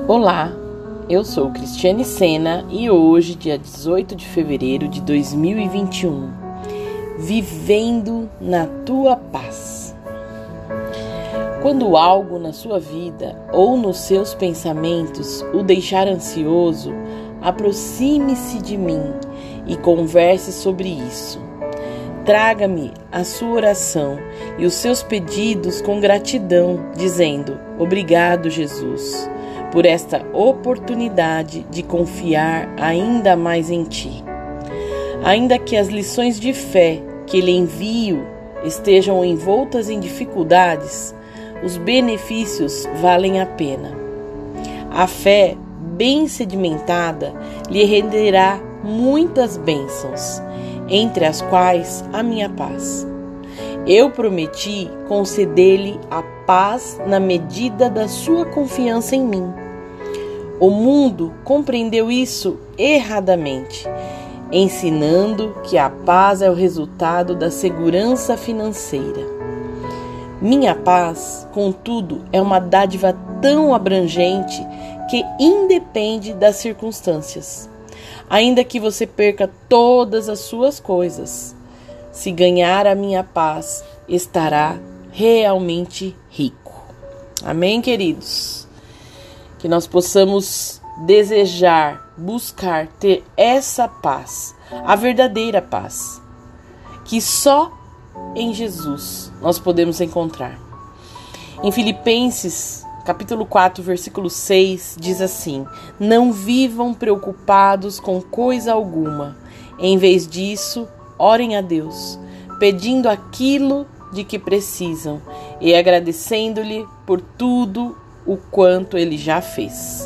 Olá, eu sou Cristiane Sena e hoje, dia 18 de fevereiro de 2021, vivendo na tua paz. Quando algo na sua vida ou nos seus pensamentos o deixar ansioso, aproxime-se de mim e converse sobre isso. Traga-me a sua oração e os seus pedidos com gratidão, dizendo: obrigado, Jesus, por esta oportunidade de confiar ainda mais em Ti. Ainda que as lições de fé que lhe envio estejam envoltas em dificuldades, os benefícios valem a pena. A fé bem sedimentada lhe renderá muitas bênçãos, entre as quais a minha paz. Eu prometi conceder-lhe a paz na medida da sua confiança em mim. O mundo compreendeu isso erradamente, ensinando que a paz é o resultado da segurança financeira. Minha paz, contudo, é uma dádiva tão abrangente que independe das circunstâncias. Ainda que você perca todas as suas coisas, se ganhar a minha paz, estará realmente rico. Amém, queridos? Que nós possamos desejar, buscar ter essa paz, a verdadeira paz, que só em Jesus nós podemos encontrar. Em Filipenses, capítulo 4, versículo 6, diz assim: não vivam preocupados com coisa alguma. Em vez disso, orem a Deus, pedindo aquilo de que precisam e agradecendo-lhe por tudo o quanto Ele já fez.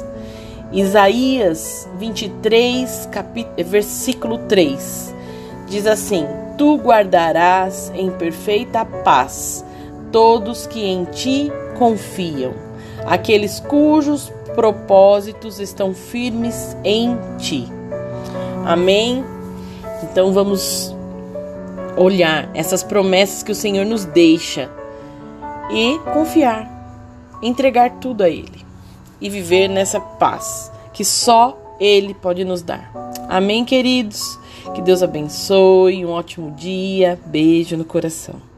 Isaías 23, versículo 3, diz assim: tu guardarás em perfeita paz todos que em Ti confiam, aqueles cujos propósitos estão firmes em Ti. Amém? Então vamos olhar essas promessas que o Senhor nos deixa e confiar, entregar tudo a Ele e viver nessa paz que só Ele pode nos dar. Amém, queridos? Que Deus abençoe, um ótimo dia, beijo no coração.